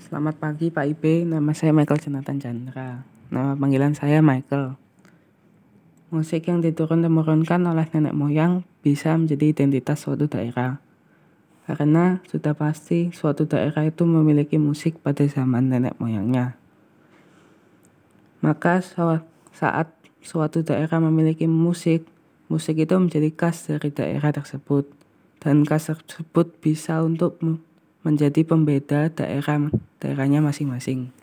Selamat pagi Pak Ibe, nama saya Michael Jonathan Chandra. Nama panggilan saya Michael. Musik yang diturun-temurunkan oleh nenek moyang bisa menjadi identitas suatu daerah. Karena sudah pasti suatu daerah itu memiliki musik pada zaman nenek moyangnya. Maka saat suatu daerah memiliki musik itu menjadi khas dari daerah tersebut. Dan khas tersebut bisa untuk menjadi pembeda daerahnya masing-masing.